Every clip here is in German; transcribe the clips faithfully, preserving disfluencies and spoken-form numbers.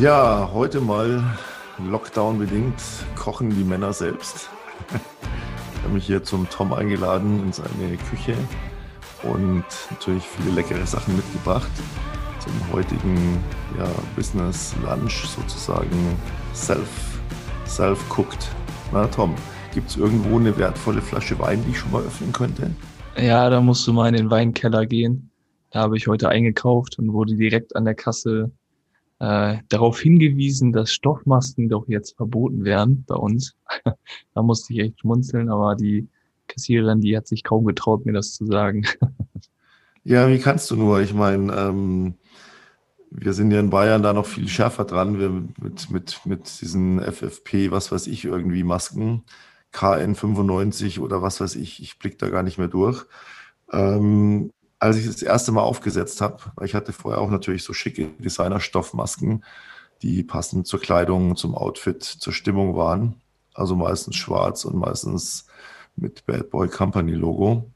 Ja, heute mal Lockdown-bedingt kochen die Männer selbst. Ich habe mich hier zum Tom eingeladen in seine Küche und natürlich viele leckere Sachen mitgebracht zum heutigen ja, Business Lunch sozusagen self, self-cooked. Na Tom, gibt es irgendwo eine wertvolle Flasche Wein, die ich schon mal öffnen könnte? Ja, da musst du mal in den Weinkeller gehen. Da habe ich heute eingekauft und wurde direkt an der Kasse äh, darauf hingewiesen, dass Stoffmasken doch jetzt verboten werden bei uns. Da musste ich echt schmunzeln, aber die Kassiererin, die hat sich kaum getraut, mir das zu sagen. Ja, wie kannst du nur? Ich meine, ähm, wir sind ja in Bayern da noch viel schärfer dran, wir mit, mit, mit diesen F F P, was weiß ich, irgendwie Masken, K N fünfundneunzig oder was weiß ich, ich blicke da gar nicht mehr durch. Ähm, als ich das erste Mal aufgesetzt habe, weil ich hatte vorher auch natürlich so schicke Designerstoffmasken, die passend zur Kleidung, zum Outfit, zur Stimmung waren. Also meistens schwarz und meistens mit Bad Boy Company Logo.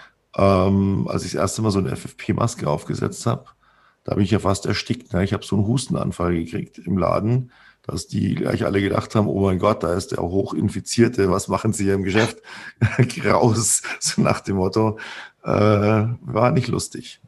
Ähm, als ich das erste Mal so eine F F P-Maske aufgesetzt habe, da bin ich ja fast erstickt. Ne? Ich habe so einen Hustenanfall gekriegt im Laden, dass die gleich alle gedacht haben, oh mein Gott, da ist der Hochinfizierte, was machen Sie hier im Geschäft? Graus, so nach dem Motto. Äh, war nicht lustig.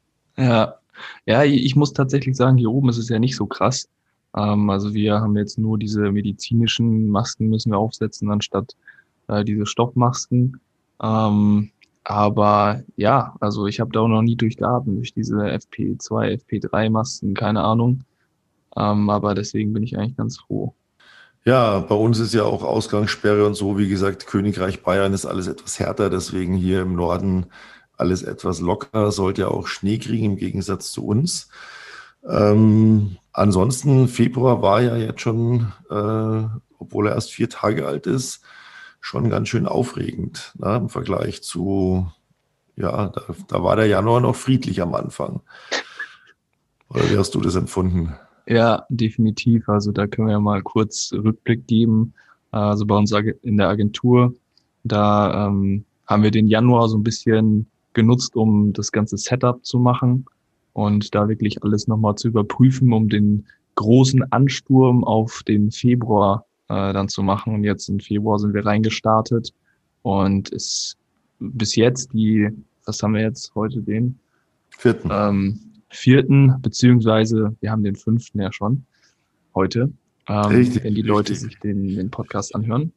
Ja, ja, ich muss tatsächlich sagen, hier oben ist es ja nicht so krass. Ähm, also wir haben jetzt nur diese medizinischen Masken müssen wir aufsetzen, anstatt äh, diese Stoffmasken. Ähm, aber ja, also ich habe da auch noch nie durchgeatmet, durch diese F P zwei, F P drei Masken, keine Ahnung. Ähm, aber deswegen bin ich eigentlich ganz froh. Ja, bei uns ist ja auch Ausgangssperre und so. Wie gesagt, Königreich Bayern ist alles etwas härter, deswegen hier im Norden alles etwas locker. Sollte ja auch Schnee kriegen im Gegensatz zu uns. Ähm, ansonsten, Februar war ja jetzt schon, äh, obwohl er erst vier Tage alt ist, schon ganz schön aufregend, ne, im Vergleich zu, ja, da, da war der Januar noch friedlich am Anfang. Oder wie hast du das empfunden? Ja, definitiv. Also da können wir ja mal kurz Rückblick geben. Also bei uns ag- in der Agentur, da ähm, haben wir den Januar so ein bisschen genutzt, um das ganze Setup zu machen und da wirklich alles nochmal zu überprüfen, um den großen Ansturm auf den Februar äh, dann zu machen. Und jetzt im Februar sind wir reingestartet und ist bis jetzt die, was haben wir jetzt heute, den Vierten. ähm, vierten, beziehungsweise wir haben den fünften ja schon heute, ähm, wenn die Richtig, Leute richtig. sich den, den Podcast anhören.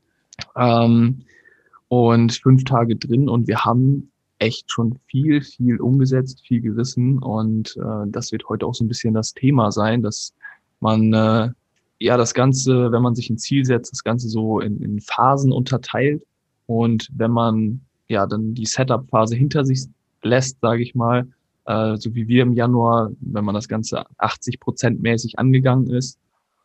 Ähm, und fünf Tage drin und wir haben echt schon viel, viel umgesetzt, viel gerissen und äh, das wird heute auch so ein bisschen das Thema sein, dass man äh, ja das Ganze, wenn man sich ein Ziel setzt, das Ganze so in, in Phasen unterteilt und wenn man ja dann die Setup-Phase hinter sich lässt, sage ich mal, äh, so wie wir im Januar, wenn man das Ganze achtzig Prozent mäßig angegangen ist,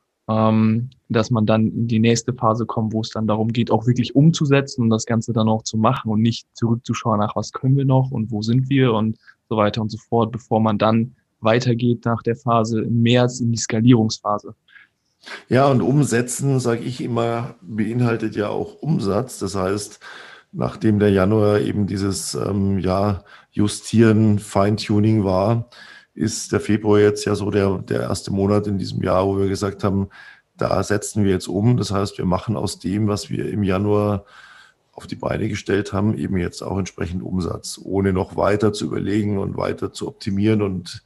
ähm, dass man dann in die nächste Phase kommt, wo es dann darum geht, auch wirklich umzusetzen und das Ganze dann auch zu machen und nicht zurückzuschauen, nach was können wir noch und wo sind wir und so weiter und so fort, bevor man dann weitergeht nach der Phase im März in die Skalierungsphase. Ja, und umsetzen, sage ich immer, beinhaltet ja auch Umsatz. Das heißt, nachdem der Januar eben dieses ähm, ja, Justieren, Feintuning war, ist der Februar jetzt ja so der, der erste Monat in diesem Jahr, wo wir gesagt haben, da setzen wir jetzt um. Das heißt, wir machen aus dem, was wir im Januar auf die Beine gestellt haben, eben jetzt auch entsprechend Umsatz, ohne noch weiter zu überlegen und weiter zu optimieren und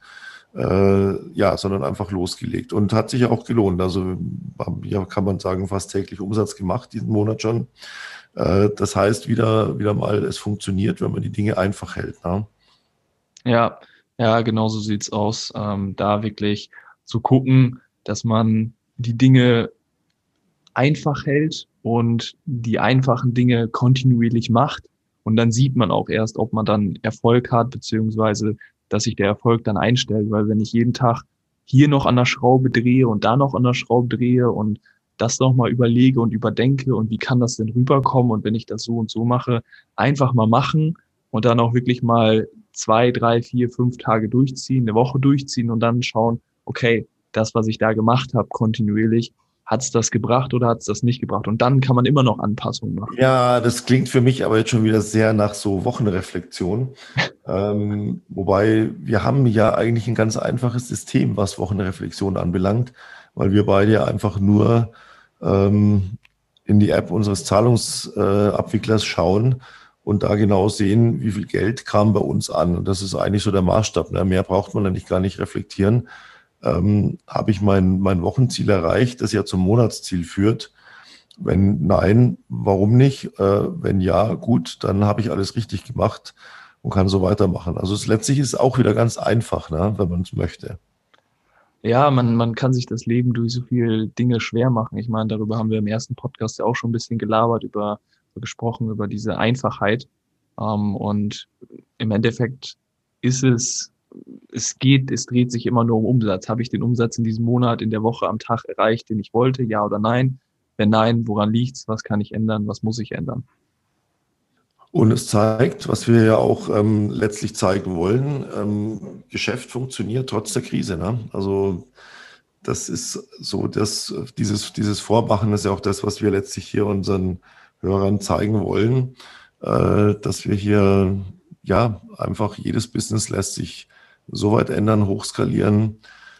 äh, ja, sondern einfach losgelegt und hat sich ja auch gelohnt. Also haben, ja, kann man sagen, fast täglich Umsatz gemacht diesen Monat schon. Äh, das heißt wieder, wieder mal, es funktioniert, wenn man die Dinge einfach hält. Ne? Ja, ja, genau so sieht's aus. Ähm, da wirklich zu gucken, dass man die Dinge einfach hält und die einfachen Dinge kontinuierlich macht. Und dann sieht man auch erst, ob man dann Erfolg hat, beziehungsweise dass sich der Erfolg dann einstellt. Weil wenn ich jeden Tag hier noch an der Schraube drehe und da noch an der Schraube drehe und das nochmal überlege und überdenke und wie kann das denn rüberkommen und wenn ich das so und so mache, einfach mal machen und dann auch wirklich mal zwei, drei, vier, fünf Tage durchziehen, eine Woche durchziehen und dann schauen, okay, das, was ich da gemacht habe, kontinuierlich, hat es das gebracht oder hat es das nicht gebracht? Und dann kann man immer noch Anpassungen machen. Ja, das klingt für mich aber jetzt schon wieder sehr nach so Wochenreflexion. Ähm, wobei wir haben ja eigentlich ein ganz einfaches System, was Wochenreflexion anbelangt, weil wir beide ja einfach nur ähm, in die App unseres Zahlungsabwicklers äh, schauen und da genau sehen, wie viel Geld kam bei uns an. Und das ist eigentlich so der Maßstab. Ne? Mehr braucht man eigentlich gar nicht reflektieren. Ähm, habe ich mein, mein Wochenziel erreicht, das ja zum Monatsziel führt? Wenn nein, warum nicht? Äh, wenn ja, gut, dann habe ich alles richtig gemacht und kann so weitermachen. Also es letztlich ist auch wieder ganz einfach, ne, wenn man es möchte. Ja, man, man kann sich das Leben durch so viele Dinge schwer machen. Ich meine, darüber haben wir im ersten Podcast ja auch schon ein bisschen gelabert, über, gesprochen, über diese Einfachheit. Ähm, und im Endeffekt ist es, es geht, es dreht sich immer nur um Umsatz. Habe ich den Umsatz in diesem Monat, in der Woche, am Tag erreicht, den ich wollte? Ja oder nein? Wenn nein, woran liegt's? Was kann ich ändern? Was muss ich ändern? Und es zeigt, was wir ja auch ähm, letztlich zeigen wollen, ähm, Geschäft funktioniert trotz der Krise. Ne? Also das ist so, dass dieses, dieses Vormachen ist ja auch das, was wir letztlich hier unseren Hörern zeigen wollen, äh, dass wir hier ja einfach jedes Business lässt sich so weit ändern, hochskalieren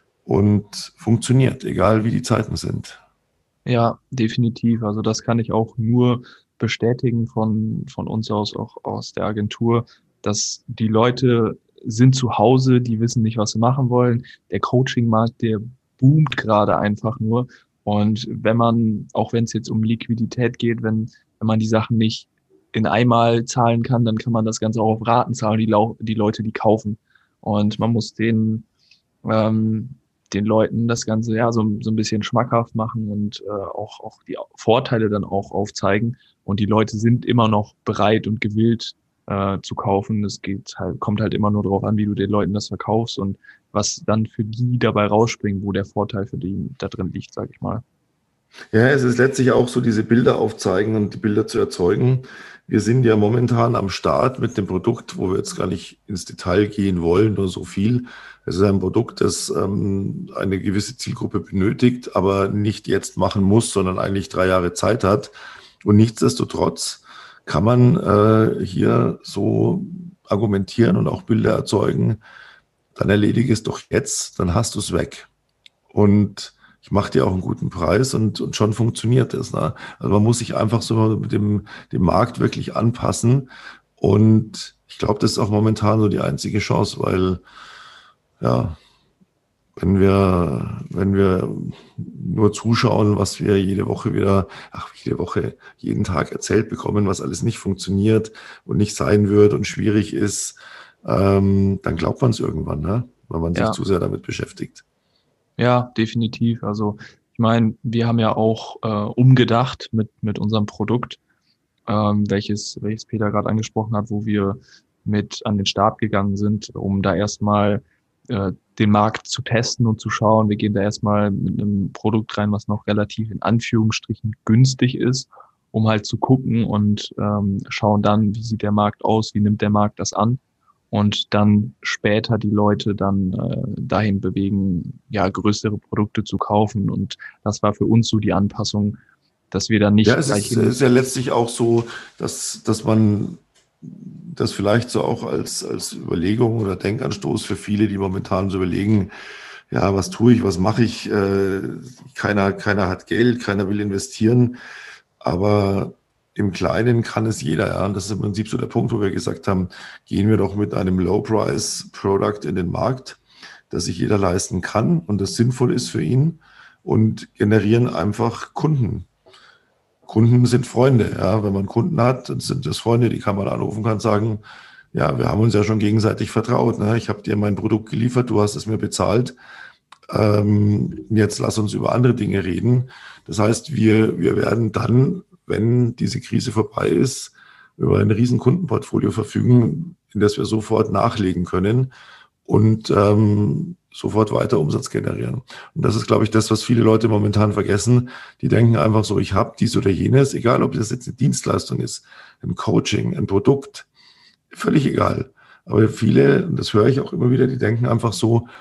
und funktioniert, egal wie die Zeiten sind. Ja, definitiv. Also das kann ich auch nur bestätigen von, von uns aus, auch aus der Agentur, dass die Leute sind zu Hause, die wissen nicht, was sie machen wollen. Der Coaching-Markt, der boomt gerade einfach nur. Und wenn man, auch wenn es jetzt um Liquidität geht, wenn, wenn man die Sachen nicht in einmal zahlen kann, dann kann man das Ganze auch auf Raten zahlen, die, Lau die Leute, die kaufen. Und man muss denen ähm, den Leuten das Ganze ja so, so ein bisschen schmackhaft machen und äh, auch, auch die Vorteile dann auch aufzeigen. Und die Leute sind immer noch bereit und gewillt äh, zu kaufen. Es geht halt, kommt halt immer nur darauf an, wie du den Leuten das verkaufst und was dann für die dabei rausspringt, wo der Vorteil für die da drin liegt, sag ich mal. Ja, es ist letztlich auch so, diese Bilder aufzeigen und die Bilder zu erzeugen. Wir sind ja momentan am Start mit dem Produkt, wo wir jetzt gar nicht ins Detail gehen wollen, nur so viel. Es ist ein Produkt, das ähm, eine gewisse Zielgruppe benötigt, aber nicht jetzt machen muss, sondern eigentlich drei Jahre Zeit hat. Und nichtsdestotrotz kann man äh, hier so argumentieren und auch Bilder erzeugen. Dann erledige es doch jetzt, dann hast du es weg. Und ich mache dir auch einen guten Preis und, und schon funktioniert das. Ne? Also man muss sich einfach so mit dem, dem Markt wirklich anpassen. Und ich glaube, das ist auch momentan so die einzige Chance, weil ja, wenn wir, wenn wir nur zuschauen, was wir jede Woche wieder, ach, jede Woche, jeden Tag erzählt bekommen, was alles nicht funktioniert und nicht sein wird und schwierig ist, ähm, dann glaubt man es irgendwann, ne? Wenn man sich Ja. zu sehr damit beschäftigt. Ja, definitiv. Also ich meine, wir haben ja auch äh, umgedacht mit, mit unserem Produkt, ähm, welches, welches Peter gerade angesprochen hat, wo wir mit an den Start gegangen sind, um da erstmal äh, den Markt zu testen und zu schauen. Wir gehen da erstmal mit einem Produkt rein, was noch relativ in Anführungsstrichen günstig ist, um halt zu gucken und ähm, schauen dann, wie sieht der Markt aus, wie nimmt der Markt das an und dann später die Leute dann äh, dahin bewegen, ja, größere Produkte zu kaufen. Und das war für uns so die Anpassung, dass wir dann Ja, nicht es gleich ist, hin. es ist ja letztlich auch so, dass, dass man das vielleicht so auch als, als Überlegung oder Denkanstoß für viele, die momentan so überlegen, ja, was tue ich, was mache ich? Äh, keiner, keiner hat Geld, keiner will investieren, aber im Kleinen kann es jeder. Ja. Und das ist im Prinzip so der Punkt, wo wir gesagt haben, gehen wir doch mit einem Low-Price-Product in den Markt, das sich jeder leisten kann und das sinnvoll ist für ihn und generieren einfach Kunden. Kunden sind Freunde. Ja. Wenn man Kunden hat, dann sind das Freunde, die kann man anrufen, kann sagen, ja, wir haben uns ja schon gegenseitig vertraut. Ne? Ich habe dir mein Produkt geliefert, du hast es mir bezahlt. Ähm, jetzt lass uns über andere Dinge reden. Das heißt, wir, wir werden dann, wenn diese Krise vorbei ist, über ein riesen Kundenportfolio verfügen, in das wir sofort nachlegen können und ähm, sofort weiter Umsatz generieren. Und das ist, glaube ich, das, was viele Leute momentan vergessen. Die denken einfach so, ich habe dies oder jenes, egal ob das jetzt eine Dienstleistung ist, ein Coaching, ein Produkt, völlig egal. Aber viele, und das höre ich auch immer wieder, die denken einfach so,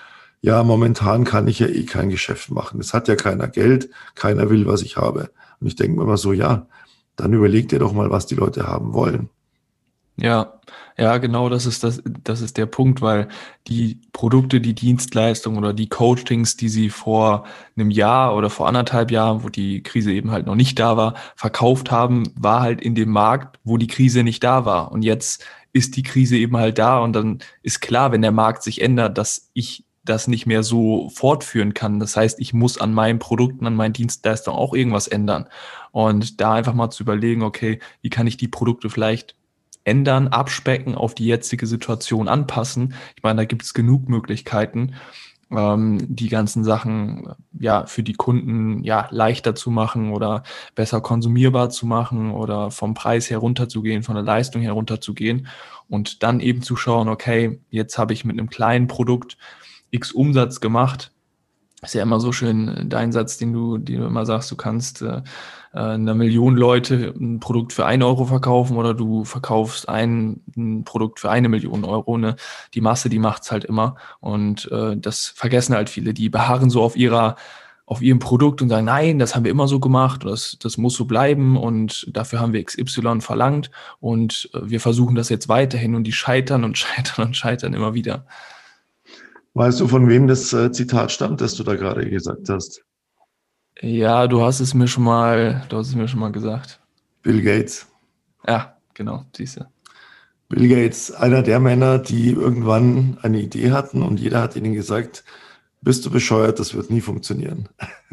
ja, momentan kann ich ja eh kein Geschäft machen. Es hat ja keiner Geld, keiner will, was ich habe. Und ich denke mir immer so, ja, dann überleg dir doch mal, was die Leute haben wollen. Ja, ja, genau, das ist das, das ist der Punkt, weil die Produkte, die Dienstleistungen oder die Coachings, die sie vor einem Jahr oder vor anderthalb Jahren, wo die Krise eben halt noch nicht da war, verkauft haben, war halt in dem Markt, wo die Krise nicht da war. Und jetzt ist die Krise eben halt da und dann ist klar, wenn der Markt sich ändert, dass ich das nicht mehr so fortführen kann. Das heißt, ich muss an meinen Produkten, an meinen Dienstleistungen auch irgendwas ändern. Und da einfach mal zu überlegen, okay, wie kann ich die Produkte vielleicht ändern, abspecken, auf die jetzige Situation anpassen. Ich meine, da gibt es genug Möglichkeiten, ähm, die ganzen Sachen ja für die Kunden ja leichter zu machen oder besser konsumierbar zu machen oder vom Preis herunterzugehen, von der Leistung herunterzugehen und dann eben zu schauen, okay, jetzt habe ich mit einem kleinen Produkt X Umsatz gemacht. Ist ja immer so schön dein Satz, den du, den du immer sagst, du kannst äh, einer Million Leute ein Produkt für ein Euro verkaufen oder du verkaufst ein, ein Produkt für eine Million Euro. Ne? Die Masse, die macht's halt immer. Und äh, das vergessen halt viele. Die beharren so auf ihrer, auf ihrem Produkt und sagen, nein, das haben wir immer so gemacht, das, das muss so bleiben und dafür haben wir X Y verlangt und äh, wir versuchen das jetzt weiterhin und die scheitern und scheitern und scheitern immer wieder. Weißt du, von wem das äh, Zitat stammt, das du da gerade gesagt hast? Ja, du hast es mir schon mal, du hast es mir schon mal gesagt. Bill Gates. Ja, genau, siehst du. Bill Gates, einer der Männer, die irgendwann eine Idee hatten und jeder hat ihnen gesagt, bist du bescheuert, das wird nie funktionieren.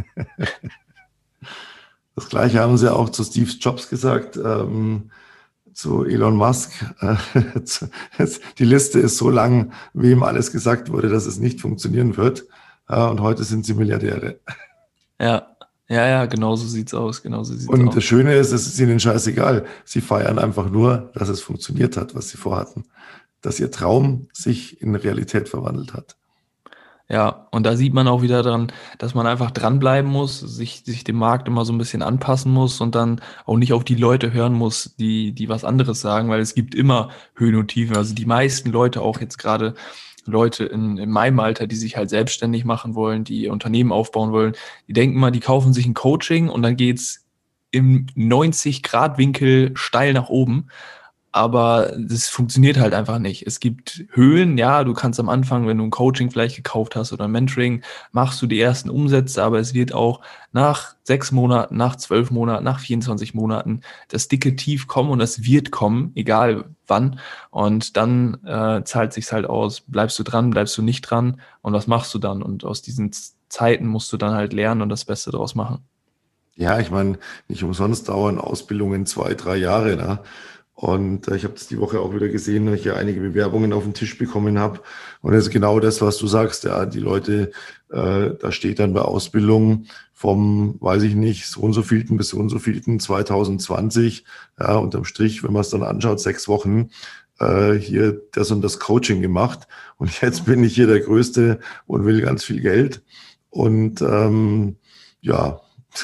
Das Gleiche haben sie auch zu Steve Jobs gesagt, ähm, zu Elon Musk. Äh, die Liste ist so lang, wem alles gesagt wurde, dass es nicht funktionieren wird. Äh, und heute sind sie Milliardäre. Ja, ja, ja, genau so sieht's aus, genau so sieht's Und aus. das Schöne ist, es ist ihnen scheißegal. Sie feiern einfach nur, dass es funktioniert hat, was sie vorhatten. Dass ihr Traum sich in Realität verwandelt hat. Ja, und da sieht man auch wieder dran, dass man einfach dranbleiben muss, sich, sich dem Markt immer so ein bisschen anpassen muss und dann auch nicht auf die Leute hören muss, die, die was anderes sagen, weil es gibt immer Höhen und Tiefen. Also die meisten Leute, auch jetzt gerade Leute in, in meinem Alter, die sich halt selbstständig machen wollen, die ihr Unternehmen aufbauen wollen, die denken mal, die kaufen sich ein Coaching und dann geht's im neunzig Grad Winkel steil nach oben. Aber das funktioniert halt einfach nicht. Es gibt Höhen, ja, du kannst am Anfang, wenn du ein Coaching vielleicht gekauft hast oder ein Mentoring, machst du die ersten Umsätze, aber es wird auch nach sechs Monaten, nach zwölf Monaten, nach vierundzwanzig Monaten das dicke Tief kommen und es wird kommen, egal wann. Und dann äh, zahlt sich's halt aus. Bleibst du dran, bleibst du nicht dran und was machst du dann? Und aus diesen Zeiten musst du dann halt lernen und das Beste daraus machen. Ja, ich meine, nicht umsonst dauern Ausbildungen zwei, drei Jahre. Ne? Und äh, ich habe das die Woche auch wieder gesehen, weil ich ja einige Bewerbungen auf den Tisch bekommen habe. Und das ist genau das, was du sagst. Ja, die Leute, äh, da steht dann bei Ausbildung vom, weiß ich nicht, so und so vielten bis so und so vielten zwanzig zwanzig, ja, unterm Strich, wenn man es dann anschaut, sechs Wochen, äh, hier das und das Coaching gemacht. Und jetzt bin ich hier der Größte und will ganz viel Geld. Und ähm, ja,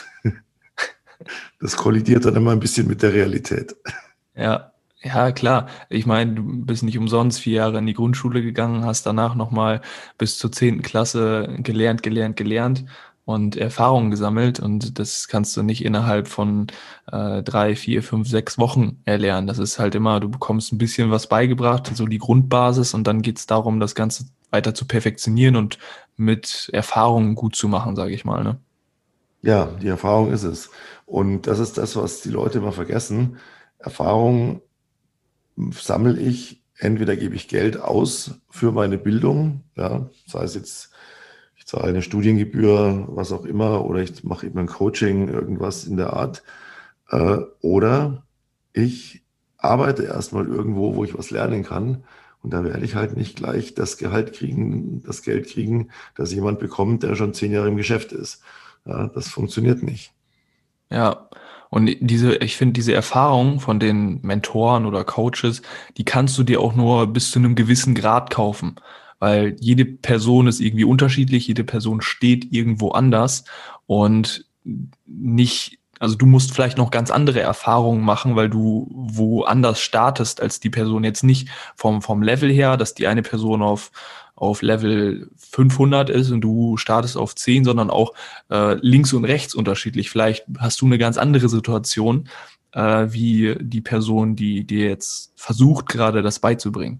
das kollidiert dann immer ein bisschen mit der Realität. Ja, ja, klar. Ich meine, du bist nicht umsonst vier Jahre in die Grundschule gegangen, hast danach nochmal bis zur zehnten Klasse gelernt, gelernt, gelernt und Erfahrungen gesammelt. Und das kannst du nicht innerhalb von äh, drei, vier, fünf, sechs Wochen erlernen. Das ist halt immer, du bekommst ein bisschen was beigebracht, so die Grundbasis, und dann geht's darum, das Ganze weiter zu perfektionieren und mit Erfahrungen gut zu machen, sage ich mal, ne? Ja, die Erfahrung ist es. Und das ist das, was die Leute immer vergessen. Erfahrung sammle ich, entweder gebe ich Geld aus für meine Bildung, ja, sei es jetzt, ich zahle eine Studiengebühr, was auch immer, oder ich mache eben ein Coaching, irgendwas in der Art, äh, oder ich arbeite erstmal irgendwo, wo ich was lernen kann. Und da werde ich halt nicht gleich das Gehalt kriegen, das Geld kriegen, das jemand bekommt, der schon zehn Jahre im Geschäft ist. Ja, das funktioniert nicht. Ja, und diese, ich finde, diese Erfahrung von den Mentoren oder Coaches, die kannst du dir auch nur bis zu einem gewissen Grad kaufen, weil jede Person ist irgendwie unterschiedlich, jede Person steht irgendwo anders und nicht, also du musst vielleicht noch ganz andere Erfahrungen machen, weil du woanders startest als die Person, jetzt nicht vom, vom Level her, dass die eine Person auf auf Level fünfhundert ist und du startest auf zehn, sondern auch äh, links und rechts unterschiedlich. Vielleicht hast du eine ganz andere Situation, äh, wie die Person, die dir jetzt versucht, gerade das beizubringen.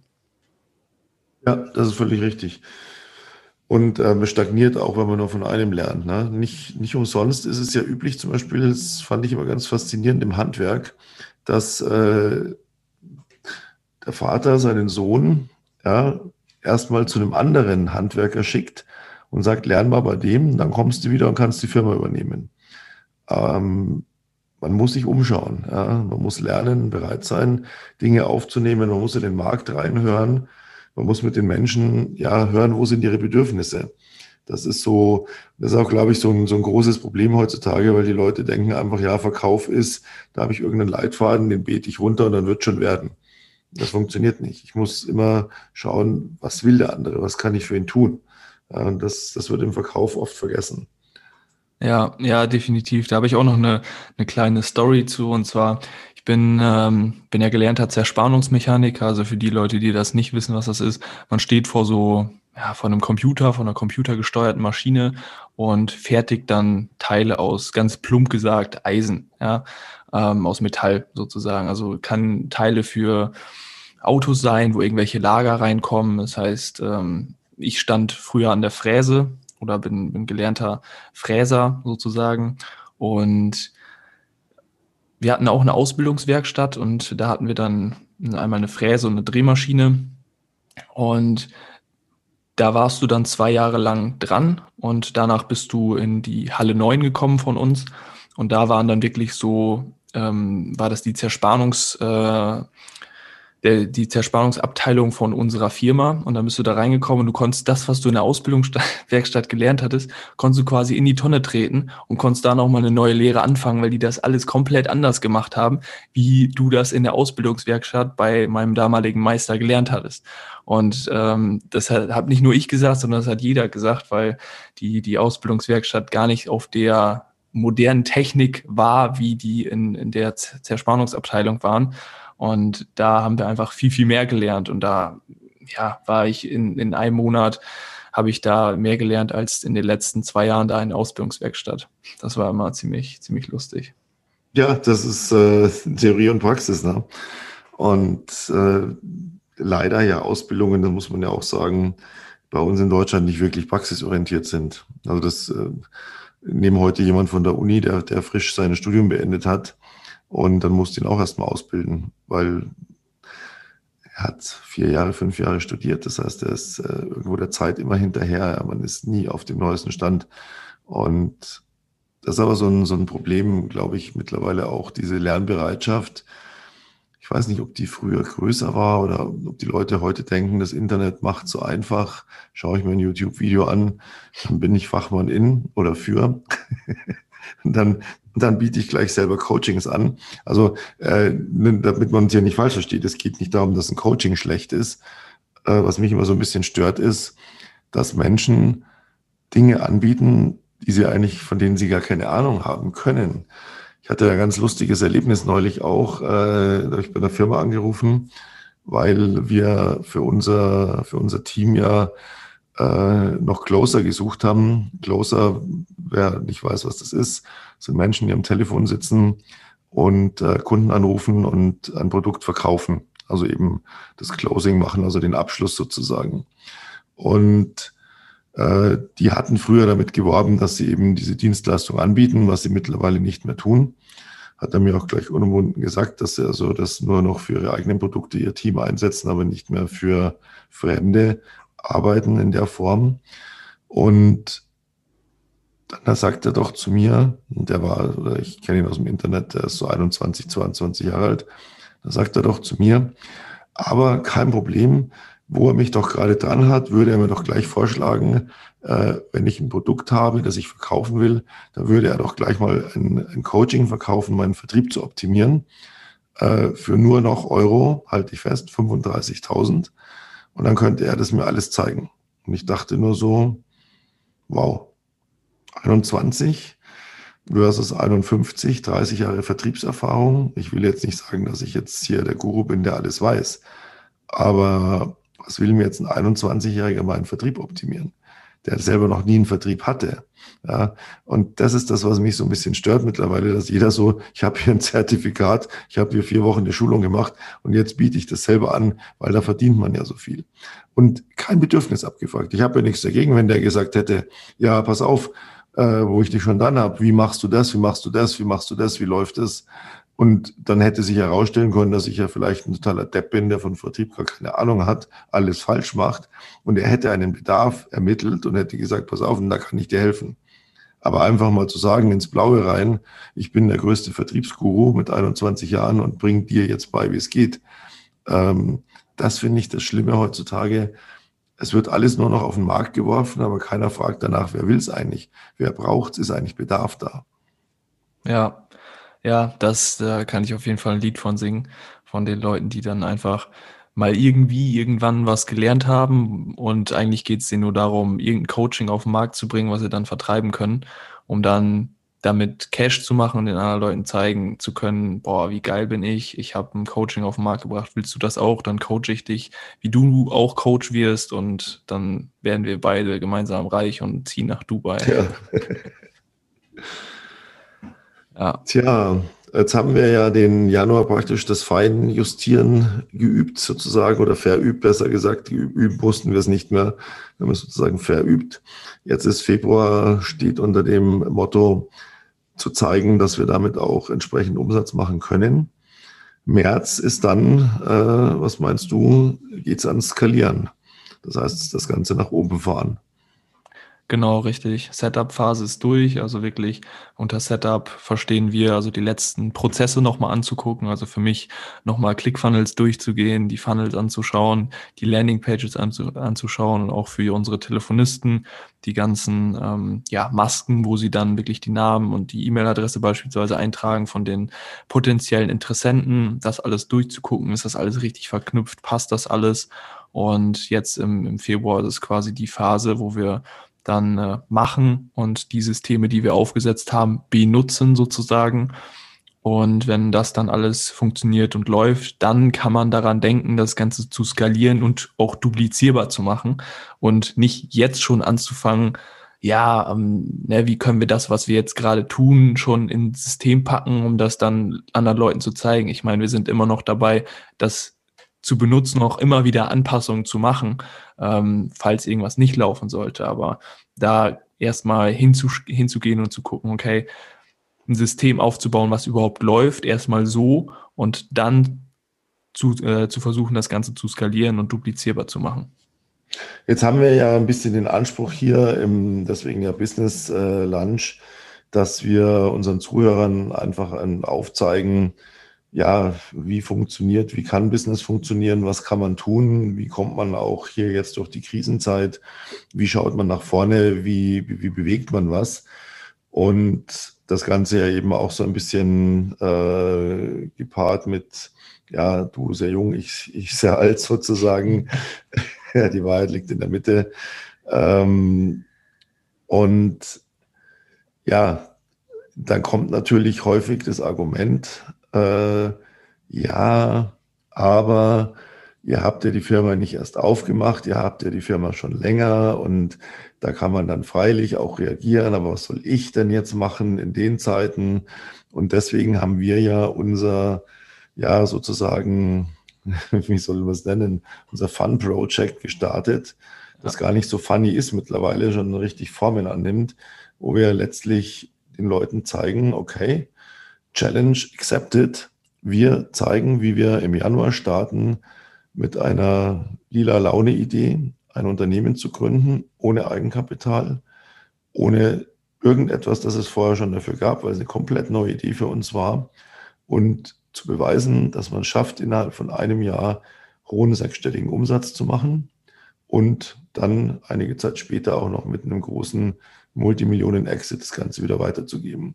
Ja, das ist völlig richtig. Und ähm, es stagniert auch, wenn man nur von einem lernt. Ne? Nicht, nicht umsonst ist es ja üblich, zum Beispiel, das fand ich immer ganz faszinierend im Handwerk, dass äh, der Vater seinen Sohn ja, erstmal zu einem anderen Handwerker schickt und sagt, lern mal bei dem, dann kommst du wieder und kannst die Firma übernehmen. Ähm, Man muss sich umschauen. Ja? Man muss lernen, bereit sein, Dinge aufzunehmen. Man muss in den Markt reinhören. Man muss mit den Menschen ja hören, wo sind ihre Bedürfnisse. Das ist so, das ist auch, glaube ich, so ein, so ein großes Problem heutzutage, weil die Leute denken einfach, ja, Verkauf ist, da habe ich irgendeinen Leitfaden, den bete ich runter und dann wird schon werden. Das funktioniert nicht. Ich muss immer schauen, was will der andere, was kann ich für ihn tun. Ja, und das, das wird im Verkauf oft vergessen. Ja, ja, definitiv. Da habe ich auch noch eine, eine kleine Story zu. Und zwar, ich bin, ähm, bin ja gelernter Zerspannungsmechaniker. Also für die Leute, die das nicht wissen, was das ist, man steht vor so, ja, vor einem Computer, vor einer computergesteuerten Maschine und fertigt dann Teile aus, ganz plump gesagt, Eisen, ja, ähm, aus Metall sozusagen. Also kann Teile für Autos sein, wo irgendwelche Lager reinkommen. Das heißt, ähm, ich stand früher an der Fräse oder bin, bin gelernter Fräser sozusagen. Und wir hatten auch eine Ausbildungswerkstatt und da hatten wir dann einmal eine Fräse und eine Drehmaschine. Und da warst du dann zwei Jahre lang dran und danach bist du in die Halle neun gekommen von uns. Und da waren dann wirklich so, ähm, war das die Zerspannungs, äh, der, die Zerspannungsabteilung von unserer Firma. Und dann bist du da reingekommen und du konntest das, was du in der Ausbildungswerkstatt gelernt hattest, konntest du quasi in die Tonne treten und konntest da nochmal eine neue Lehre anfangen, weil die das alles komplett anders gemacht haben, wie du das in der Ausbildungswerkstatt bei meinem damaligen Meister gelernt hattest. Und ähm, das hat, hat nicht nur ich gesagt, sondern das hat jeder gesagt, weil die, die Ausbildungswerkstatt gar nicht auf der modernen Technik war, wie die in, in der Zerspannungsabteilung waren. Und da haben wir einfach viel, viel mehr gelernt. Und da ja, war ich in, in einem Monat, habe ich da mehr gelernt als in den letzten zwei Jahren da in der Ausbildungswerkstatt. Das war immer ziemlich, ziemlich lustig. Ja, das ist äh, Theorie und Praxis, ne? Und äh, leider ja Ausbildungen, das muss man ja auch sagen, bei uns in Deutschland nicht wirklich praxisorientiert sind. Also das äh, nehmen heute jemand von der Uni, der, der frisch sein Studium beendet hat, und dann musst du ihn auch erstmal ausbilden, weil er hat vier Jahre, fünf Jahre studiert. Das heißt, er ist äh, irgendwo der Zeit immer hinterher. Man ist nie auf dem neuesten Stand. Und das ist aber so ein, so ein Problem, glaube ich, mittlerweile auch, diese Lernbereitschaft. Ich weiß nicht, ob die früher größer war oder ob die Leute heute denken, das Internet macht so einfach. Schaue ich mir ein YouTube-Video an, dann bin ich Fachmann in oder für. Und dann, dann biete ich gleich selber Coachings an. Also, äh, damit man uns hier nicht falsch versteht, es geht nicht darum, dass ein Coaching schlecht ist. Äh, was mich immer so ein bisschen stört, ist, dass Menschen Dinge anbieten, die sie eigentlich, von denen sie gar keine Ahnung haben können. Ich hatte ein ganz lustiges Erlebnis neulich auch, äh, da habe ich bei einer Firma angerufen, weil wir für unser, für unser Team ja äh, noch Closer gesucht haben. Closer, wer nicht weiß, was das ist, sind Menschen, die am Telefon sitzen und äh, Kunden anrufen und ein Produkt verkaufen. Also eben das Closing machen, also den Abschluss sozusagen. Und äh, die hatten früher damit geworben, dass sie eben diese Dienstleistung anbieten, was sie mittlerweile nicht mehr tun. Hat er mir auch gleich unumwunden gesagt, dass sie also das nur noch für ihre eigenen Produkte ihr Team einsetzen, aber nicht mehr für Fremde arbeiten in der Form. Und dann sagt er doch zu mir, und der war, oder ich kenne ihn aus dem Internet, der ist so einundzwanzig, zweiundzwanzig Jahre alt, da sagt er doch zu mir, aber kein Problem, wo er mich doch gerade dran hat, würde er mir doch gleich vorschlagen, äh, wenn ich ein Produkt habe, das ich verkaufen will, dann würde er doch gleich mal ein, ein Coaching verkaufen, meinen Vertrieb zu optimieren, äh, für nur noch Euro, halte ich fest, fünfunddreißigtausend. Und dann könnte er das mir alles zeigen. Und ich dachte nur so, wow, einundzwanzig versus einundfünfzig, dreißig Jahre Vertriebserfahrung. Ich will jetzt nicht sagen, dass ich jetzt hier der Guru bin, der alles weiß. Aber was will mir jetzt ein einundzwanzigjähriger meinen Vertrieb optimieren, der selber noch nie einen Vertrieb hatte? Ja, und das ist das, was mich so ein bisschen stört mittlerweile, dass jeder so, ich habe hier ein Zertifikat, ich habe hier vier Wochen eine Schulung gemacht und jetzt biete ich das selber an, weil da verdient man ja so viel. Und kein Bedürfnis abgefragt. Ich habe ja nichts dagegen, wenn der gesagt hätte, ja, pass auf, äh, wo ich dich schon dann habe, wie machst du das, wie machst du das, wie machst du das, wie läuft das? Und dann hätte sich herausstellen können, dass ich ja vielleicht ein totaler Depp bin, der von Vertrieb gar keine Ahnung hat, alles falsch macht. Und er hätte einen Bedarf ermittelt und hätte gesagt, pass auf, und da kann ich dir helfen. Aber einfach mal zu sagen, ins Blaue rein, ich bin der größte Vertriebsguru mit einundzwanzig Jahren und bringe dir jetzt bei, wie es geht. Ähm, das finde ich das Schlimme heutzutage. Es wird alles nur noch auf den Markt geworfen, aber keiner fragt danach, wer will es eigentlich? Wer braucht es? Ist eigentlich Bedarf da? Ja, ja, das, da kann ich auf jeden Fall ein Lied von singen, von den Leuten, die dann einfach mal irgendwie irgendwann was gelernt haben und eigentlich geht es denen nur darum, irgendein Coaching auf den Markt zu bringen, was sie dann vertreiben können, um dann damit Cash zu machen und den anderen Leuten zeigen zu können, boah, wie geil bin ich, ich habe ein Coaching auf den Markt gebracht, willst du das auch? Dann coache ich dich, wie du auch Coach wirst und dann werden wir beide gemeinsam reich und ziehen nach Dubai. Ja. Ja. Tja, jetzt haben wir ja den Januar praktisch das Feinjustieren geübt sozusagen oder verübt, besser gesagt. Üben mussten wir es nicht mehr, wir haben es sozusagen verübt. Jetzt ist Februar, steht unter dem Motto zu zeigen, dass wir damit auch entsprechend Umsatz machen können. März ist dann, äh, was meinst du, geht es ans Skalieren. Das heißt, das Ganze nach oben fahren. Genau, richtig. Setup-Phase ist durch, also wirklich unter Setup verstehen wir, also die letzten Prozesse nochmal anzugucken, also für mich nochmal ClickFunnels durchzugehen, die Funnels anzuschauen, die Landingpages anzu, anzuschauen und auch für unsere Telefonisten die ganzen ähm, ja, Masken, wo sie dann wirklich die Namen und die E-Mail-Adresse beispielsweise eintragen von den potenziellen Interessenten, das alles durchzugucken, ist das alles richtig verknüpft, passt das alles? Und jetzt im, im Februar ist es quasi die Phase, wo wir dann äh, machen und die Systeme, die wir aufgesetzt haben, benutzen sozusagen. Und wenn das dann alles funktioniert und läuft, dann kann man daran denken, das Ganze zu skalieren und auch duplizierbar zu machen und nicht jetzt schon anzufangen, ja, ähm, ne, wie können wir das, was wir jetzt gerade tun, schon ins System packen, um das dann anderen Leuten zu zeigen. Ich meine, wir sind immer noch dabei, das zu benutzen, auch immer wieder Anpassungen zu machen, ähm, falls irgendwas nicht laufen sollte. Aber da erstmal hinzu, hinzugehen und zu gucken, okay, ein System aufzubauen, was überhaupt läuft, erstmal so und dann zu, äh, zu versuchen, das Ganze zu skalieren und duplizierbar zu machen. Jetzt haben wir ja ein bisschen den Anspruch hier, im, deswegen ja Business äh, Lunch, dass wir unseren Zuhörern einfach ein, aufzeigen, ja, wie funktioniert, wie kann Business funktionieren, was kann man tun, wie kommt man auch hier jetzt durch die Krisenzeit, wie schaut man nach vorne, wie, wie, wie bewegt man was. Und das Ganze ja eben auch so ein bisschen äh, gepaart mit, ja, du sehr jung, ich, ich sehr alt sozusagen. Ja, die Wahrheit liegt in der Mitte. Ähm, und ja, dann kommt natürlich häufig das Argument, äh, ja, aber ihr habt ja die Firma nicht erst aufgemacht, ihr habt ja die Firma schon länger und da kann man dann freilich auch reagieren, aber was soll ich denn jetzt machen in den Zeiten? Und deswegen haben wir ja unser, ja, sozusagen, wie soll man es nennen, unser Fun-Project gestartet, das gar nicht so funny ist mittlerweile, schon richtig Formen annimmt, wo wir letztlich den Leuten zeigen, okay, Challenge accepted. Wir zeigen, wie wir im Januar starten, mit einer lila Laune-Idee ein Unternehmen zu gründen, ohne Eigenkapital, ohne irgendetwas, das es vorher schon dafür gab, weil es eine komplett neue Idee für uns war. Und zu beweisen, dass man es schafft, innerhalb von einem Jahr hohen sechsstelligen Umsatz zu machen und dann einige Zeit später auch noch mit einem großen Multimillionen-Exit das Ganze wieder weiterzugeben.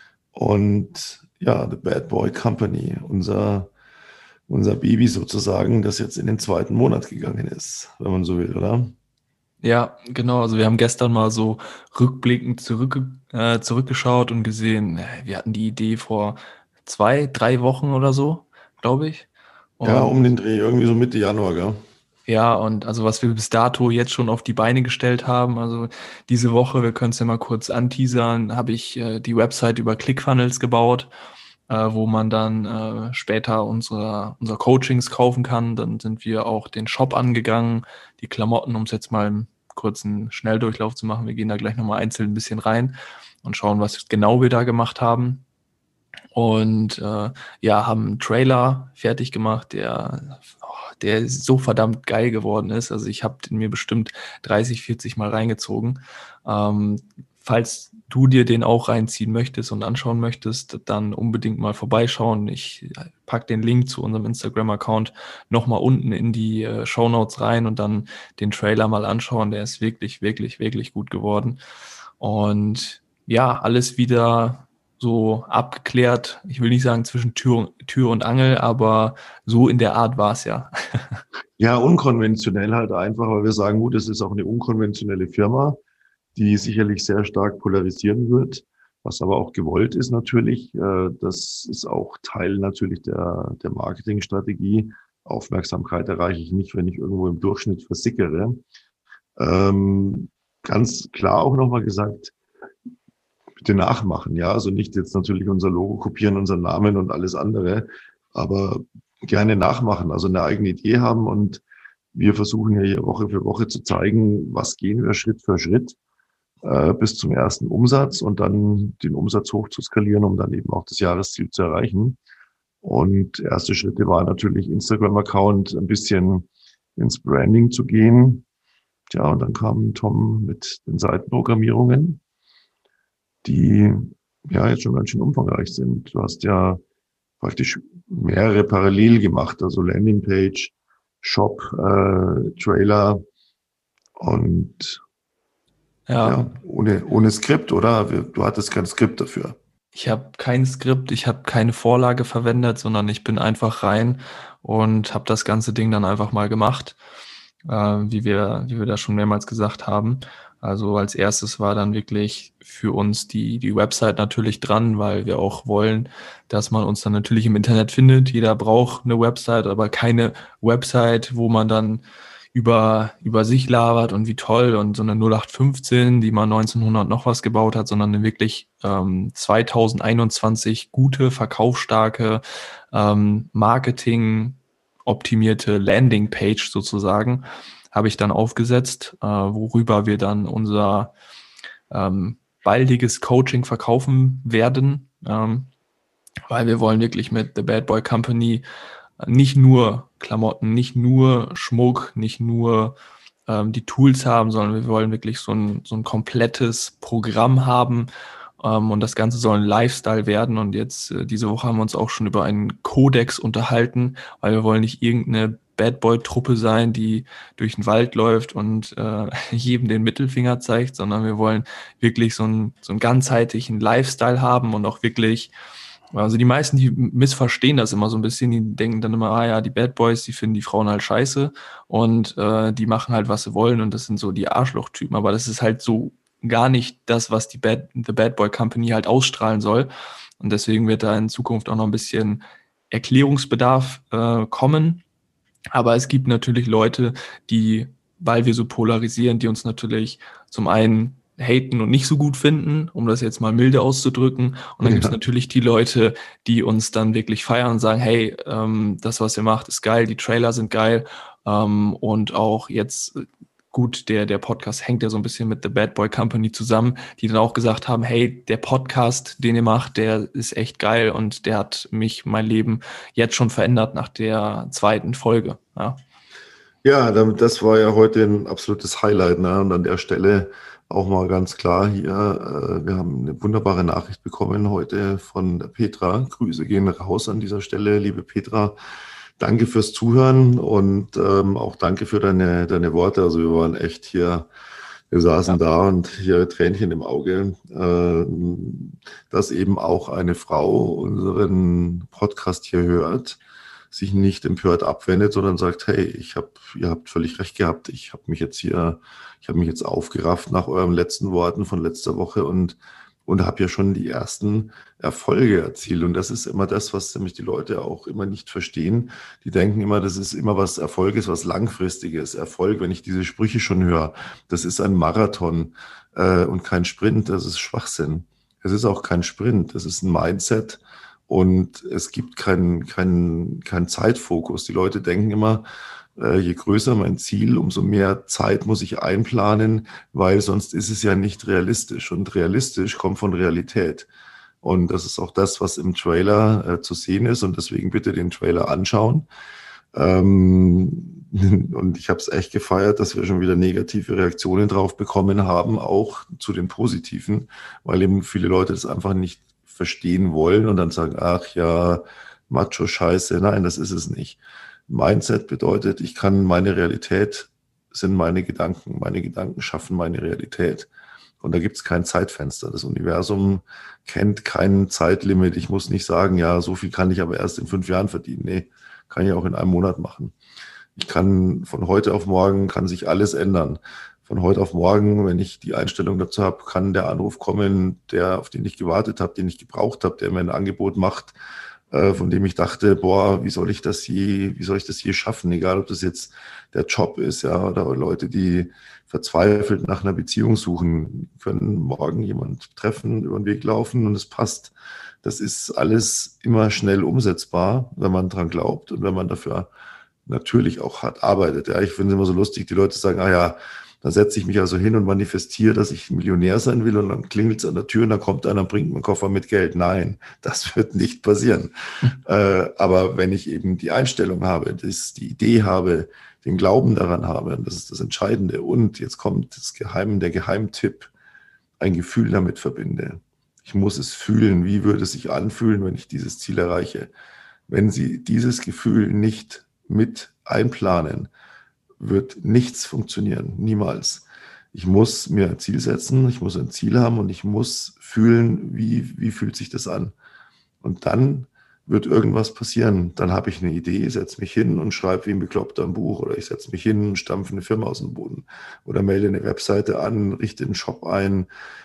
Und ja, The Bad Boy Company, unser, unser Baby sozusagen, das jetzt in den zweiten Monat gegangen ist, wenn man so will, oder? Ja, genau. Also wir haben gestern mal so rückblickend zurück, äh, zurückgeschaut und gesehen, wir hatten die Idee vor zwei, drei Wochen oder so, glaube ich. Ja, Und um den Dreh, irgendwie so Mitte Januar, gell? Ja, und also was wir bis dato jetzt schon auf die Beine gestellt haben, also diese Woche, wir können es ja mal kurz anteasern, habe ich äh, die Website über ClickFunnels gebaut, äh, wo man dann äh, später unsere, unser Coachings kaufen kann. Dann sind wir auch den Shop angegangen, die Klamotten, um es jetzt mal im kurzen Schnelldurchlauf zu machen. Wir gehen da gleich nochmal einzeln ein bisschen rein und schauen, was genau wir da gemacht haben. Und äh, ja, haben einen Trailer fertig gemacht, der, oh, der so verdammt geil geworden ist. Also ich habe den mir bestimmt dreißig, vierzig Mal reingezogen. Ähm, falls du dir den auch reinziehen möchtest und anschauen möchtest, dann unbedingt mal vorbeischauen. Ich pack den Link zu unserem Instagram-Account nochmal unten in die äh, Shownotes rein und dann den Trailer mal anschauen. Der ist wirklich, wirklich, wirklich gut geworden. Und ja, alles wieder so abgeklärt. Ich will nicht sagen zwischen Tür, Tür und Angel, aber so in der Art war es ja. Ja, unkonventionell halt einfach, weil wir sagen, gut, es ist auch eine unkonventionelle Firma, die sicherlich sehr stark polarisieren wird, was aber auch gewollt ist natürlich. Äh, Das ist auch Teil natürlich der, der Marketingstrategie. Aufmerksamkeit erreiche ich nicht, wenn ich irgendwo im Durchschnitt versickere. Ähm, Ganz klar auch nochmal gesagt, bitte nachmachen, ja. Also nicht jetzt natürlich unser Logo kopieren, unseren Namen und alles andere, aber gerne nachmachen, also eine eigene Idee haben. Und wir versuchen ja hier Woche für Woche zu zeigen, was gehen wir Schritt für Schritt äh, bis zum ersten Umsatz und dann den Umsatz hoch zu skalieren, um dann eben auch das Jahresziel zu erreichen. Und erste Schritte war natürlich Instagram-Account ein bisschen ins Branding zu gehen. Tja, und dann kam Tom mit den Seitenprogrammierungen, die ja jetzt schon ganz schön umfangreich sind. Du hast ja praktisch mehrere parallel gemacht, also Landingpage, Shop, äh, Trailer und Ja, ja, ohne, ohne Skript, oder? Du hattest kein Skript dafür. ich habe kein Skript, ich habe keine Vorlage verwendet, sondern ich bin einfach rein und habe das ganze Ding dann einfach mal gemacht, äh, wie wir, wie wir das schon mehrmals gesagt haben. Also als erstes war dann wirklich für uns die, die Website natürlich dran, weil wir auch wollen, dass man uns dann natürlich im Internet findet. Jeder braucht eine Website, aber keine Website, wo man dann über, über sich labert und wie toll und so eine null acht fünfzehn, die man neunzehnhundert noch was gebaut hat, sondern eine wirklich ähm, zwanzig einundzwanzig gute, verkaufsstarke, ähm, Marketing optimierte Landingpage sozusagen, habe ich dann aufgesetzt, äh, worüber wir dann unser ähm, baldiges Coaching verkaufen werden, ähm, weil wir wollen wirklich mit The Bad Boy Company nicht nur Klamotten, nicht nur Schmuck, nicht nur ähm, die Tools haben, sondern wir wollen wirklich so ein, so ein komplettes Programm haben. Ähm, und das Ganze soll ein Lifestyle werden. Und jetzt äh, diese Woche haben wir uns auch schon über einen Kodex unterhalten, weil wir wollen nicht irgendeine Bad Boy-Truppe sein, die durch den Wald läuft und äh, jedem den Mittelfinger zeigt, sondern wir wollen wirklich so einen, so einen ganzheitlichen Lifestyle haben und auch wirklich. Also die meisten, die missverstehen das immer so ein bisschen, die denken dann immer, ah ja, die Bad Boys, die finden die Frauen halt scheiße und äh, die machen halt, was sie wollen und das sind so die Arschlochtypen, aber das ist halt so gar nicht das, was die Bad, The Bad Boy Company halt ausstrahlen soll und deswegen wird da in Zukunft auch noch ein bisschen Erklärungsbedarf äh, kommen, aber es gibt natürlich Leute, die, weil wir so polarisieren, die uns natürlich zum einen haten und nicht so gut finden, um das jetzt mal milde auszudrücken. Und dann gibt es Ja. natürlich die Leute, die uns dann wirklich feiern und sagen, hey, ähm, das, was ihr macht, ist geil, die Trailer sind geil. Ähm, und auch jetzt, äh, gut, der, der Podcast hängt ja so ein bisschen mit The Bad Boy Company zusammen, die dann auch gesagt haben, hey, der Podcast, den ihr macht, der ist echt geil und der hat mich, mein Leben jetzt schon verändert nach der zweiten Folge. Ja. Ja, damit, das war ja heute ein absolutes Highlight, ne? Und an der Stelle auch mal ganz klar hier, äh, wir haben eine wunderbare Nachricht bekommen heute von der Petra. Grüße gehen raus an dieser Stelle, liebe Petra. Danke fürs Zuhören und ähm, auch danke für deine, deine Worte. Also wir waren echt hier, wir saßen Ja. da und hier Tränchen im Auge, äh, dass eben auch eine Frau unseren Podcast hier hört, sich nicht empört abwendet, sondern sagt, hey, ich hab, ihr habt völlig recht gehabt, ich habe mich jetzt hier, ich habe mich jetzt aufgerafft nach euren letzten Worten von letzter Woche und und habe ja schon die ersten Erfolge erzielt. Und das ist immer das, was nämlich die Leute auch immer nicht verstehen. Die denken immer, das ist immer was Erfolges, was Langfristiges. Erfolg, wenn ich diese Sprüche schon höre, das ist ein Marathon äh, und kein Sprint, das ist Schwachsinn. Es ist auch kein Sprint, es ist ein Mindset und es gibt keinen keinen keinen Zeitfokus. Die Leute denken immer, äh, je größer mein Ziel, umso mehr Zeit muss ich einplanen, weil sonst ist es ja nicht realistisch. Und realistisch kommt von Realität. Und das ist auch das, was im Trailer äh, zu sehen ist. Und deswegen bitte den Trailer anschauen. Ähm, und ich habe es echt gefeiert, dass wir schon wieder negative Reaktionen drauf bekommen haben, auch zu den positiven, weil eben viele Leute das einfach nicht verstehen wollen und dann sagen, ach ja, Macho-Scheiße. Nein, das ist es nicht. Mindset bedeutet, ich kann meine Realität, sind meine Gedanken. Meine Gedanken schaffen meine Realität. Und da gibt es kein Zeitfenster. Das Universum kennt kein Zeitlimit. Ich muss nicht sagen, ja, so viel kann ich aber erst in fünf Jahren verdienen. Nee, kann ich auch in einem Monat machen. Ich kann von heute auf morgen, kann sich alles ändern. Von heute auf morgen, wenn ich die Einstellung dazu habe, kann der Anruf kommen, der, auf den ich gewartet habe, den ich gebraucht habe, der mir ein Angebot macht, äh, von dem ich dachte, boah, wie soll ich das je, wie soll ich das je schaffen? Egal, ob das jetzt der Job ist, ja, oder Leute, die verzweifelt nach einer Beziehung suchen, können morgen jemand treffen, über den Weg laufen und es passt. Das ist alles immer schnell umsetzbar, wenn man dran glaubt und wenn man dafür natürlich auch hart arbeitet. Ja, ich finde es immer so lustig, die Leute sagen, ah ja, da setze ich mich also hin und manifestiere, dass ich Millionär sein will und dann klingelt es an der Tür und dann kommt einer und bringt mir einen Koffer mit Geld. Nein, das wird nicht passieren. äh, aber wenn ich eben die Einstellung habe, das, die Idee habe, den Glauben daran habe, und das ist das Entscheidende. Und jetzt kommt das Geheim, der Geheimtipp, ein Gefühl damit verbinde. Ich muss es fühlen. Wie würde es sich anfühlen, wenn ich dieses Ziel erreiche? Wenn Sie dieses Gefühl nicht mit einplanen, wird nichts funktionieren. Niemals. Ich muss mir ein Ziel setzen, ich muss ein Ziel haben und ich muss fühlen, wie, wie fühlt sich das an. Und dann wird irgendwas passieren. Dann habe ich eine Idee, setze mich hin und schreibe wie ein Bekloppter ein Buch oder ich setze mich hin und stampfe eine Firma aus dem Boden oder melde eine Webseite an, richte einen Shop ein,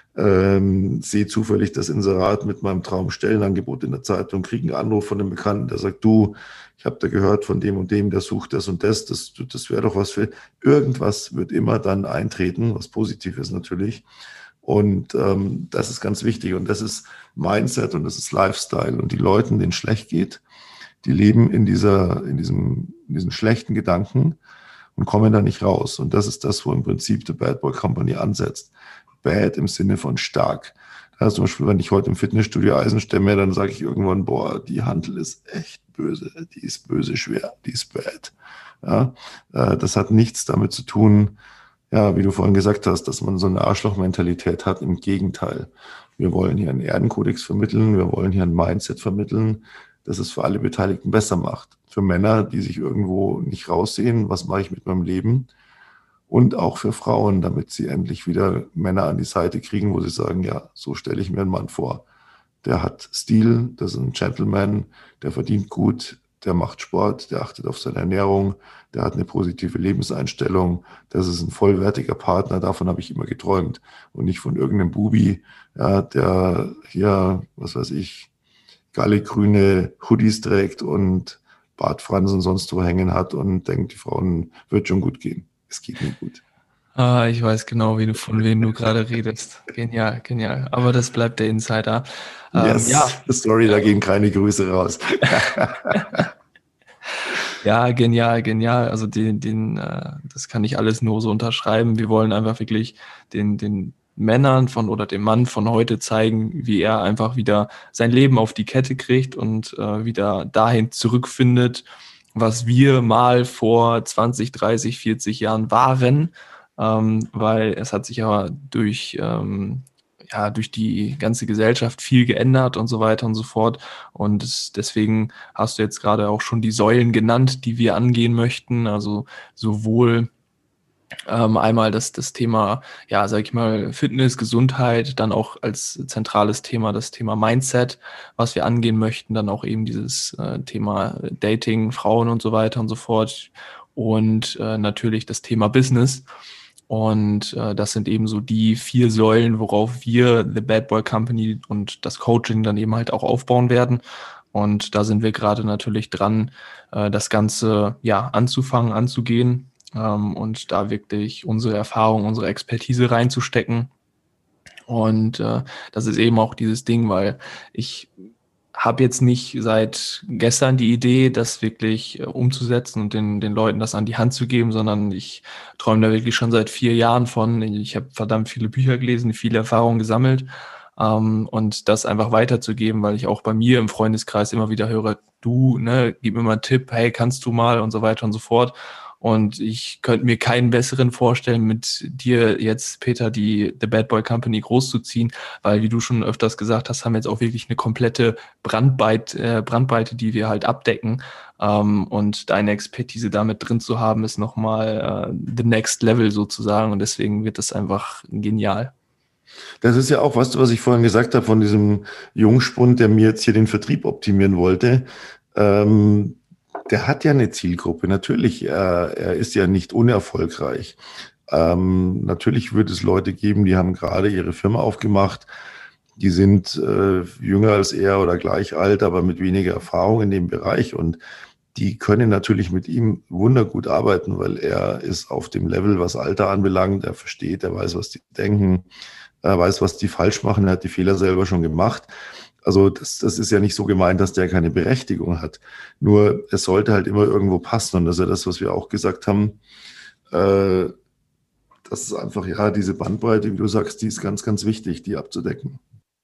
ähm, sehe zufällig das Inserat mit meinem Traumstellenangebot in der Zeitung, kriege einen Anruf von einem Bekannten, der sagt, du, ich habe da gehört von dem und dem, der sucht das und das, das, das wäre doch was für, irgendwas wird immer dann eintreten, was positiv ist natürlich. Und ähm, das ist ganz wichtig und das ist Mindset und das ist Lifestyle und die Leuten, denen schlecht geht, die leben in dieser, in diesem, in diesen schlechten Gedanken und kommen da nicht raus. Und das ist das, wo im Prinzip die Bad Boy Company ansetzt. Bad im Sinne von stark. Also zum Beispiel, wenn ich heute im Fitnessstudio Eisen stemme, dann sage ich irgendwann, boah, die Hantel ist echt böse, die ist böse schwer, die ist bad. Ja, äh, das hat nichts damit zu tun, ja, wie du vorhin gesagt hast, dass man so eine Arschloch-Mentalität hat. Im Gegenteil. Wir wollen hier einen Erdenkodex vermitteln, wir wollen hier ein Mindset vermitteln, das es für alle Beteiligten besser macht. Für Männer, die sich irgendwo nicht raussehen, was mache ich mit meinem Leben? Und auch für Frauen, damit sie endlich wieder Männer an die Seite kriegen, wo sie sagen, ja, so stelle ich mir einen Mann vor. Der hat Stil, das ist ein Gentleman, der verdient gut, der macht Sport, der achtet auf seine Ernährung, der hat eine positive Lebenseinstellung, das ist ein vollwertiger Partner, davon habe ich immer geträumt. Und nicht von irgendeinem Bubi, ja, der hier, was weiß ich, gallegrüne Hoodies trägt und Bartfransen sonst wo hängen hat und denkt, die Frauen wird schon gut gehen. Es geht nicht gut. Ah, ich weiß genau, wie du, von wem du gerade redest. Genial, genial. Aber das bleibt der Insider. Ähm, Yes, ja. sorry, da gehen keine Grüße raus. Ja, genial, genial. Also den, den, äh, das kann ich alles nur so unterschreiben. Wir wollen einfach wirklich den, den Männern von oder dem Mann von heute zeigen, wie er einfach wieder sein Leben auf die Kette kriegt und äh, wieder dahin zurückfindet, was wir mal vor zwanzig, dreißig, vierzig Jahren waren. Ähm, weil es hat sich ja durch, ähm, ja, durch die ganze Gesellschaft viel geändert und so weiter und so fort. Und es, deswegen hast du jetzt gerade auch schon die Säulen genannt, die wir angehen möchten. Also sowohl ähm, einmal das, das Thema, ja, sag ich mal, Fitness, Gesundheit, dann auch als zentrales Thema das Thema Mindset, was wir angehen möchten, dann auch eben dieses äh, Thema Dating, Frauen und so weiter und so fort und äh, natürlich das Thema Business. Und äh, das sind eben so die vier Säulen, worauf wir, The Bad Boy Company und das Coaching dann eben halt auch aufbauen werden. Und da sind wir gerade natürlich dran, äh, das Ganze ja anzufangen, anzugehen ähm, und da wirklich unsere Erfahrung, unsere Expertise reinzustecken. Und äh, das ist eben auch dieses Ding, weil ich habe jetzt nicht seit gestern die Idee, das wirklich äh, umzusetzen und den, den Leuten das an die Hand zu geben, sondern ich träume da wirklich schon seit vier Jahren von. Ich habe verdammt viele Bücher gelesen, viele Erfahrungen gesammelt ähm, und das einfach weiterzugeben, weil ich auch bei mir im Freundeskreis immer wieder höre, du, ne, gib mir mal einen Tipp, hey, kannst du mal und so weiter und so fort. Und ich könnte mir keinen besseren vorstellen, mit dir jetzt, Peter, die The Bad Boy Company großzuziehen, weil, wie du schon öfters gesagt hast, haben wir jetzt auch wirklich eine komplette Brandweite, äh, Brandweite, die wir halt abdecken. Ähm, und deine Expertise damit drin zu haben, ist nochmal äh, the next level sozusagen. Und deswegen wird das einfach genial. Das ist ja auch, weißt du, was ich vorhin gesagt habe von diesem Jungspund, der mir jetzt hier den Vertrieb optimieren wollte. Ähm, der hat ja eine Zielgruppe. Natürlich, äh, er ist ja nicht unerfolgreich. Ähm, natürlich wird es Leute geben, die haben gerade ihre Firma aufgemacht. Die sind äh, jünger als er oder gleich alt, aber mit weniger Erfahrung in dem Bereich. Und die können natürlich mit ihm wundergut arbeiten, weil er ist auf dem Level, was Alter anbelangt. Er versteht, er weiß, was die denken. Er weiß, was die falsch machen, er hat die Fehler selber schon gemacht. Also das, das ist ja nicht so gemeint, dass der keine Berechtigung hat. Nur es sollte halt immer irgendwo passen. Und das ist ja das, was wir auch gesagt haben. Äh, das ist einfach, ja, diese Bandbreite, wie du sagst, die ist ganz, ganz wichtig, die abzudecken.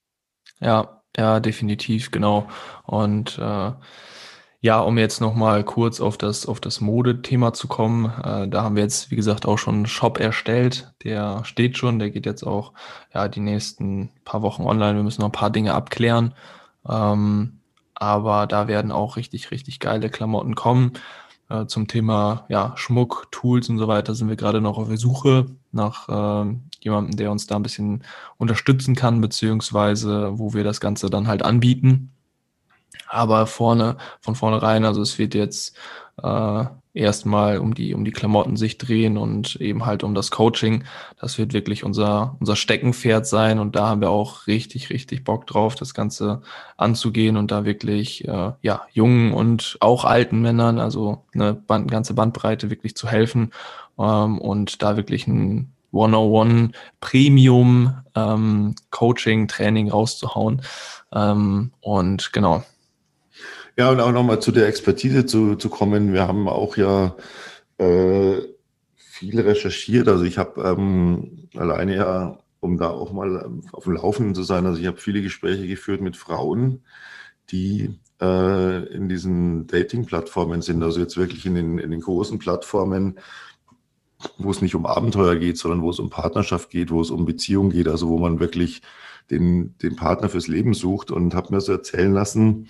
Ja, ja, definitiv, genau. Und äh, ja, um jetzt nochmal kurz auf das, auf das Modethema zu kommen, äh, da haben wir jetzt, wie gesagt, auch schon einen Shop erstellt. Der steht schon, der geht jetzt auch ja, die nächsten paar Wochen online. Wir müssen noch ein paar Dinge abklären. Ähm, aber da werden auch richtig, richtig geile Klamotten kommen. Äh, zum Thema ja, Schmuck, Tools und so weiter sind wir gerade noch auf der Suche nach ähm, jemandem, der uns da ein bisschen unterstützen kann, beziehungsweise wo wir das Ganze dann halt anbieten. Aber vorne, von vornherein, also es wird jetzt äh, erstmal um die, um die Klamotten sich drehen und eben halt um das Coaching. Das wird wirklich unser, unser Steckenpferd sein und da haben wir auch richtig, richtig Bock drauf, das Ganze anzugehen und da wirklich äh, ja, jungen und auch alten Männern, also eine Band, ganze Bandbreite wirklich zu helfen ähm, und da wirklich ein hundertundeins Premium ähm, Coaching, Training rauszuhauen. Ähm, und genau. Ja, und auch nochmal zu der Expertise zu, zu kommen. Wir haben auch ja äh, viel recherchiert. Also ich habe ähm, alleine ja, um da auch mal ähm, auf dem Laufenden zu sein, also ich habe viele Gespräche geführt mit Frauen, die äh, in diesen Dating-Plattformen sind, also jetzt wirklich in den, in den großen Plattformen, wo es nicht um Abenteuer geht, sondern wo es um Partnerschaft geht, wo es um Beziehung geht, also wo man wirklich den, den Partner fürs Leben sucht und habe mir so erzählen lassen,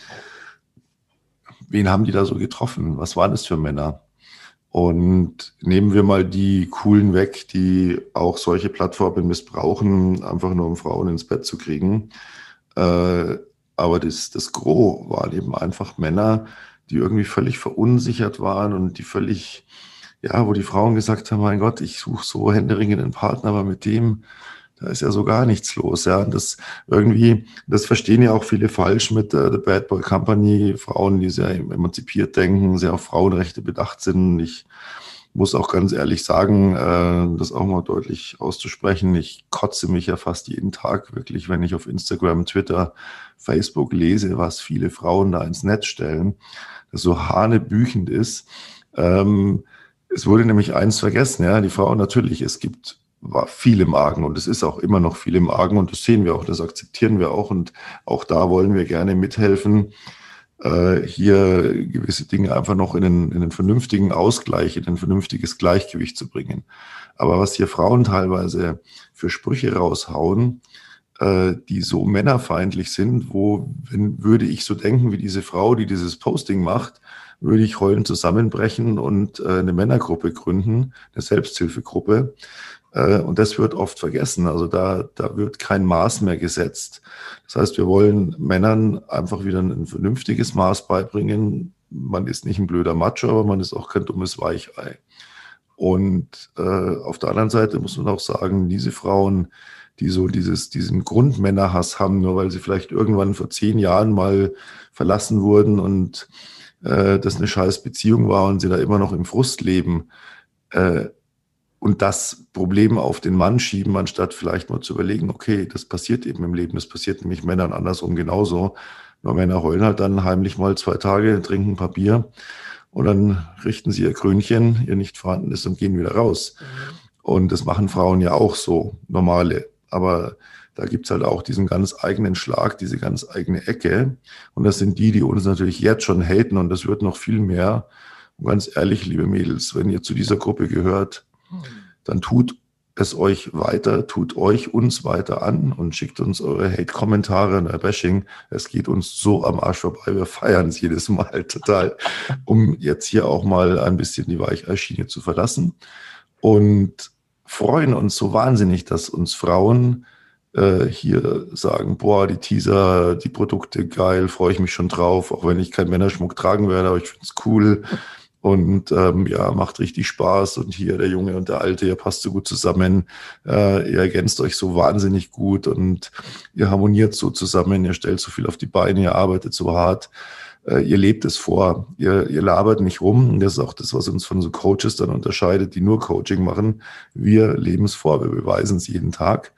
wen haben die da so getroffen? Was waren das für Männer? Und nehmen wir mal die Coolen weg, die auch solche Plattformen missbrauchen, einfach nur um Frauen ins Bett zu kriegen. Äh, aber das, das Gros waren eben einfach Männer, die irgendwie völlig verunsichert waren und die völlig, ja, wo die Frauen gesagt haben, mein Gott, ich suche so händeringend einen Partner, aber mit dem, da ist ja so gar nichts los, ja. Und das irgendwie, das verstehen ja auch viele falsch mit äh, The Bad Boy Company, Frauen, die sehr emanzipiert denken, sehr auf Frauenrechte bedacht sind. Ich muss auch ganz ehrlich sagen, äh, das auch mal deutlich auszusprechen. Ich kotze mich ja fast jeden Tag wirklich, wenn ich auf Instagram, Twitter, Facebook lese, was viele Frauen da ins Netz stellen, das so hanebüchend ist. Ähm, es wurde nämlich eins vergessen, ja, die Frauen natürlich, es gibt war viel im Argen und es ist auch immer noch viel im Argen und das sehen wir auch, das akzeptieren wir auch und auch da wollen wir gerne mithelfen, äh, hier gewisse Dinge einfach noch in einen, in einen vernünftigen Ausgleich, in ein vernünftiges Gleichgewicht zu bringen. Aber was hier Frauen teilweise für Sprüche raushauen, äh, die so männerfeindlich sind, wo, wenn, würde ich so denken wie diese Frau, die dieses Posting macht, würde ich heulend zusammenbrechen und äh, eine Männergruppe gründen, eine Selbsthilfegruppe. Und das wird oft vergessen. Also da, da wird kein Maß mehr gesetzt. Das heißt, wir wollen Männern einfach wieder ein vernünftiges Maß beibringen. Man ist nicht ein blöder Macho, aber man ist auch kein dummes Weichei. Und äh, auf der anderen Seite muss man auch sagen, diese Frauen, die so dieses, diesen Grundmännerhass haben, nur weil sie vielleicht irgendwann vor zehn Jahren mal verlassen wurden und äh, das eine scheiß Beziehung war und sie da immer noch im Frust leben, äh, und das Problem auf den Mann schieben, anstatt vielleicht mal zu überlegen, okay, das passiert eben im Leben, das passiert nämlich Männern andersrum genauso. Nur Männer heulen halt dann heimlich mal zwei Tage, trinken ein paar Bier und dann richten sie ihr Krönchen, ihr nicht vorhandenes, und gehen wieder raus. Und das machen Frauen ja auch so, normale. Aber da gibt's halt auch diesen ganz eigenen Schlag, diese ganz eigene Ecke. Und das sind die, die uns natürlich jetzt schon haten, und das wird noch viel mehr. Und ganz ehrlich, liebe Mädels, wenn ihr zu dieser Gruppe gehört, dann tut es euch weiter, tut euch uns weiter an und schickt uns eure Hate-Kommentare und euer Bashing. Es geht uns so am Arsch vorbei. Wir feiern es jedes Mal total, um jetzt hier auch mal ein bisschen die Weicheischiene zu verlassen, und freuen uns so wahnsinnig, dass uns Frauen äh, hier sagen, boah, die Teaser, die Produkte, geil, freue ich mich schon drauf, auch wenn ich keinen Männerschmuck tragen werde, aber ich finde es cool. Und ähm, ja, macht richtig Spaß. Und hier der Junge und der Alte, ihr passt so gut zusammen. Äh, ihr ergänzt euch so wahnsinnig gut und ihr harmoniert so zusammen. Ihr stellt so viel auf die Beine, ihr arbeitet so hart. Äh, ihr lebt es vor. Ihr, ihr labert nicht rum. Und das ist auch das, was uns von so Coaches dann unterscheidet, die nur Coaching machen. Wir leben es vor. Wir beweisen es jeden Tag.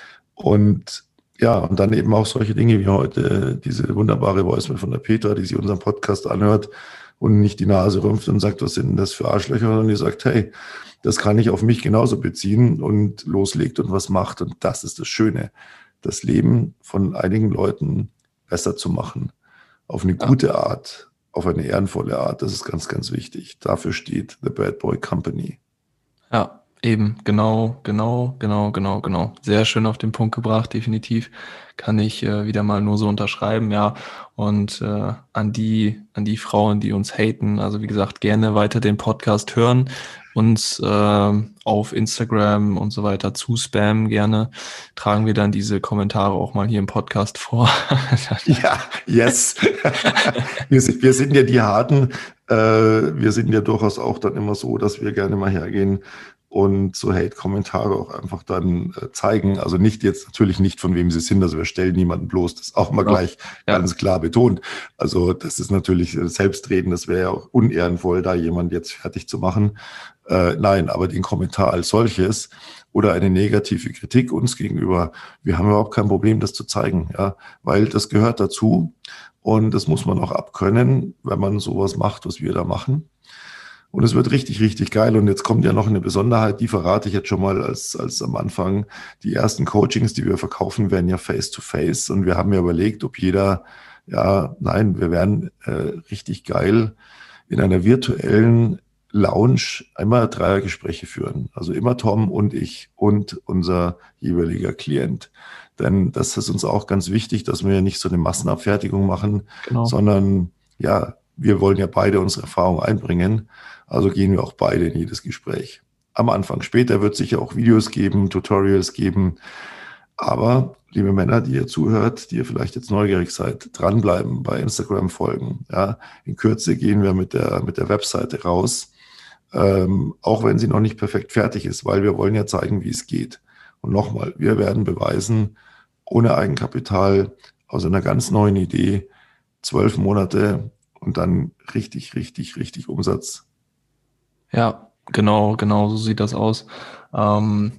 Und ja, und dann eben auch solche Dinge wie heute, diese wunderbare Voicemail von der Petra, die sich unseren Podcast anhört und nicht die Nase rümpft und sagt, was sind denn das für Arschlöcher, sondern die sagt, hey, das kann ich auf mich genauso beziehen, und loslegt und was macht. Und das ist das Schöne, das Leben von einigen Leuten besser zu machen. Auf eine gute Art, auf eine ehrenvolle Art. Das ist ganz, ganz wichtig. Dafür steht The Bad Boy Company. Ja, eben, genau, genau, genau, genau, genau. Sehr schön auf den Punkt gebracht, definitiv. Kann ich äh, wieder mal nur so unterschreiben, ja. Und äh, an die, an die Frauen, die uns haten, also wie gesagt, gerne weiter den Podcast hören, uns äh, auf Instagram und so weiter zuspammen gerne. Tragen wir dann diese Kommentare auch mal hier im Podcast vor. Ja, yes. wir, sind, wir sind ja die Harten. Äh, wir sind ja durchaus auch dann immer so, dass wir gerne mal hergehen und so Hate-Kommentare auch einfach dann äh, zeigen. Also nicht jetzt, natürlich nicht von wem sie sind, also wir stellen niemanden bloß, das auch mal Genau. gleich Ja. ganz klar betont. Also das ist natürlich äh, selbstredend, das wäre ja auch unehrenvoll, da jemand jetzt fertig zu machen. Äh, nein, aber den Kommentar als solches oder eine negative Kritik uns gegenüber, wir haben überhaupt kein Problem, das zu zeigen, ja, weil das gehört dazu und das muss man auch abkönnen, wenn man sowas macht, was wir da machen. Und es wird richtig, richtig geil. Und jetzt kommt ja noch eine Besonderheit, die verrate ich jetzt schon mal als, als am Anfang. Die ersten Coachings, die wir verkaufen, werden ja face-to-face. Und wir haben ja überlegt, ob jeder, ja, nein, wir werden äh, richtig geil in einer virtuellen Lounge immer Dreiergespräche führen. Also immer Tom und ich und unser jeweiliger Klient. Denn das ist uns auch ganz wichtig, dass wir nicht so eine Massenabfertigung machen, Genau. sondern ja, wir wollen ja beide unsere Erfahrung einbringen. Also gehen wir auch beide in jedes Gespräch. Am Anfang. Später wird es sicher auch Videos geben, Tutorials geben. Aber, liebe Männer, die ihr zuhört, die ihr vielleicht jetzt neugierig seid, dranbleiben, bei Instagram folgen. Ja, in Kürze gehen wir mit der, mit der Webseite raus. Ähm, auch wenn sie noch nicht perfekt fertig ist, weil wir wollen ja zeigen, wie es geht. Und nochmal, wir werden beweisen, ohne Eigenkapital, aus einer ganz neuen Idee, zwölf Monate und dann richtig, richtig, richtig Umsatz. Ja, genau, genau, so sieht das aus. Ähm,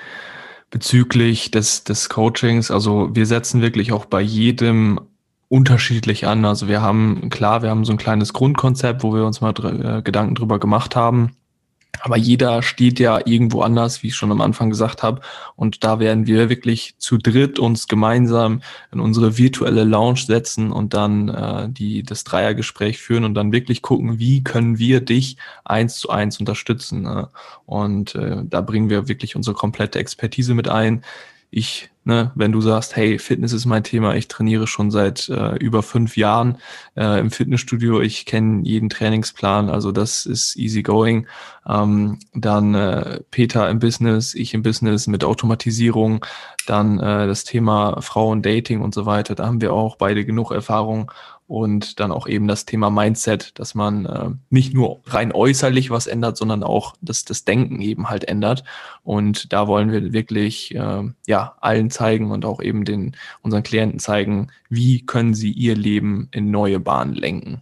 bezüglich des, des Coachings, also wir setzen wirklich auch bei jedem unterschiedlich an. Also wir haben, klar, wir haben so ein kleines Grundkonzept, wo wir uns mal dr- äh, Gedanken drüber gemacht haben. Aber jeder steht ja irgendwo anders, wie ich schon am Anfang gesagt habe. Und da werden wir wirklich zu dritt uns gemeinsam in unsere virtuelle Lounge setzen und dann äh, die das Dreiergespräch führen und dann wirklich gucken, wie können wir dich eins zu eins unterstützen. Ne? Und äh, da bringen wir wirklich unsere komplette Expertise mit ein. Ich, ne, wenn du sagst, hey, Fitness ist mein Thema, ich trainiere schon seit äh, über fünf Jahren äh, im Fitnessstudio, ich kenne jeden Trainingsplan, also das ist easy going. Ähm, dann äh, Peter im Business, ich im Business mit Automatisierung, dann äh, das Thema Frauen, Dating und so weiter, da haben wir auch beide genug Erfahrung und dann auch eben das Thema Mindset, dass man äh, nicht nur rein äußerlich was ändert, sondern auch das, das Denken eben halt ändert. Und da wollen wir wirklich äh, ja allen zeigen und auch eben den unseren Klienten zeigen, wie können sie ihr Leben in neue Bahnen lenken.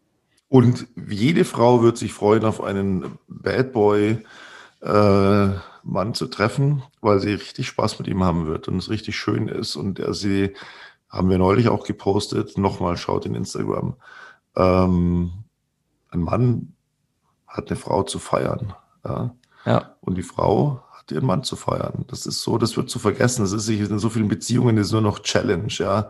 Und jede Frau wird sich freuen, auf einen Bad Boy äh, Mann zu treffen, weil sie richtig Spaß mit ihm haben wird und es richtig schön ist. Und er sie, haben wir neulich auch gepostet, nochmal schaut in Instagram, ähm, ein Mann hat eine Frau zu feiern. Ja? Ja. Und die Frau hat ihren Mann zu feiern. Das ist so, das wird zu vergessen. Das ist in so vielen Beziehungen, das ist nur noch Challenge, ja.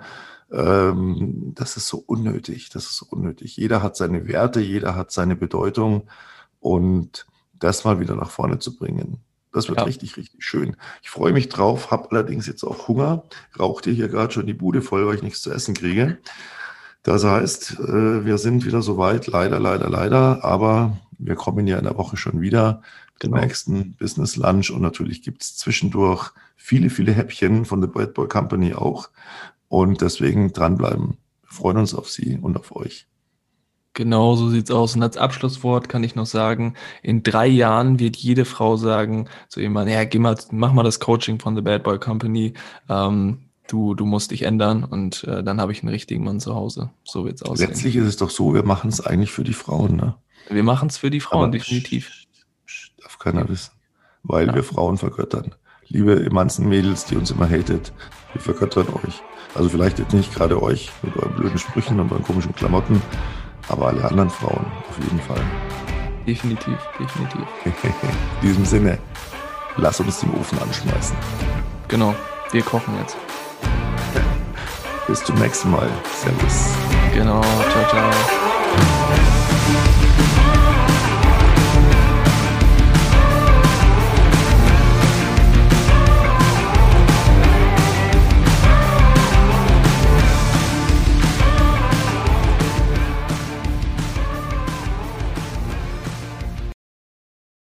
Ähm, das ist so unnötig. Das ist so unnötig. Jeder hat seine Werte, jeder hat seine Bedeutung und das mal wieder nach vorne zu bringen. Das wird Ja. richtig, richtig schön. Ich freue mich drauf, habe allerdings jetzt auch Hunger. Raucht ihr hier gerade schon die Bude voll, weil ich nichts zu essen kriege. Das heißt, wir sind wieder soweit, leider, leider, leider, aber wir kommen ja in der Woche schon wieder zum Genau. nächsten Business Lunch und natürlich gibt es zwischendurch viele, viele Häppchen von The Bad Boy Company auch und deswegen dranbleiben. Wir freuen uns auf Sie und auf euch. Genau, so sieht's aus. Und als Abschlusswort kann ich noch sagen, in drei Jahren wird jede Frau sagen zu jemandem, ja, geh mal, mach mal das Coaching von The Bad Boy Company. Ähm, du, du musst dich ändern und äh, dann habe ich einen richtigen Mann zu Hause. So wird's aussehen. Letztlich ist es doch so, wir machen es eigentlich für die Frauen, ne? Wir machen es für die Frauen, Aber definitiv. sch- sch- darf keiner wissen, weil Ja. wir Frauen vergöttern. Liebe manchen Mädels, die uns immer hatet, wir vergöttern euch. Also vielleicht jetzt nicht gerade euch mit euren blöden Sprüchen und euren komischen Klamotten, aber alle anderen Frauen auf jeden Fall. Definitiv, definitiv. In diesem Sinne, lass uns den Ofen anschmeißen. Genau, wir kochen jetzt. Bis zum nächsten Mal. Servus. Genau, ciao, ciao.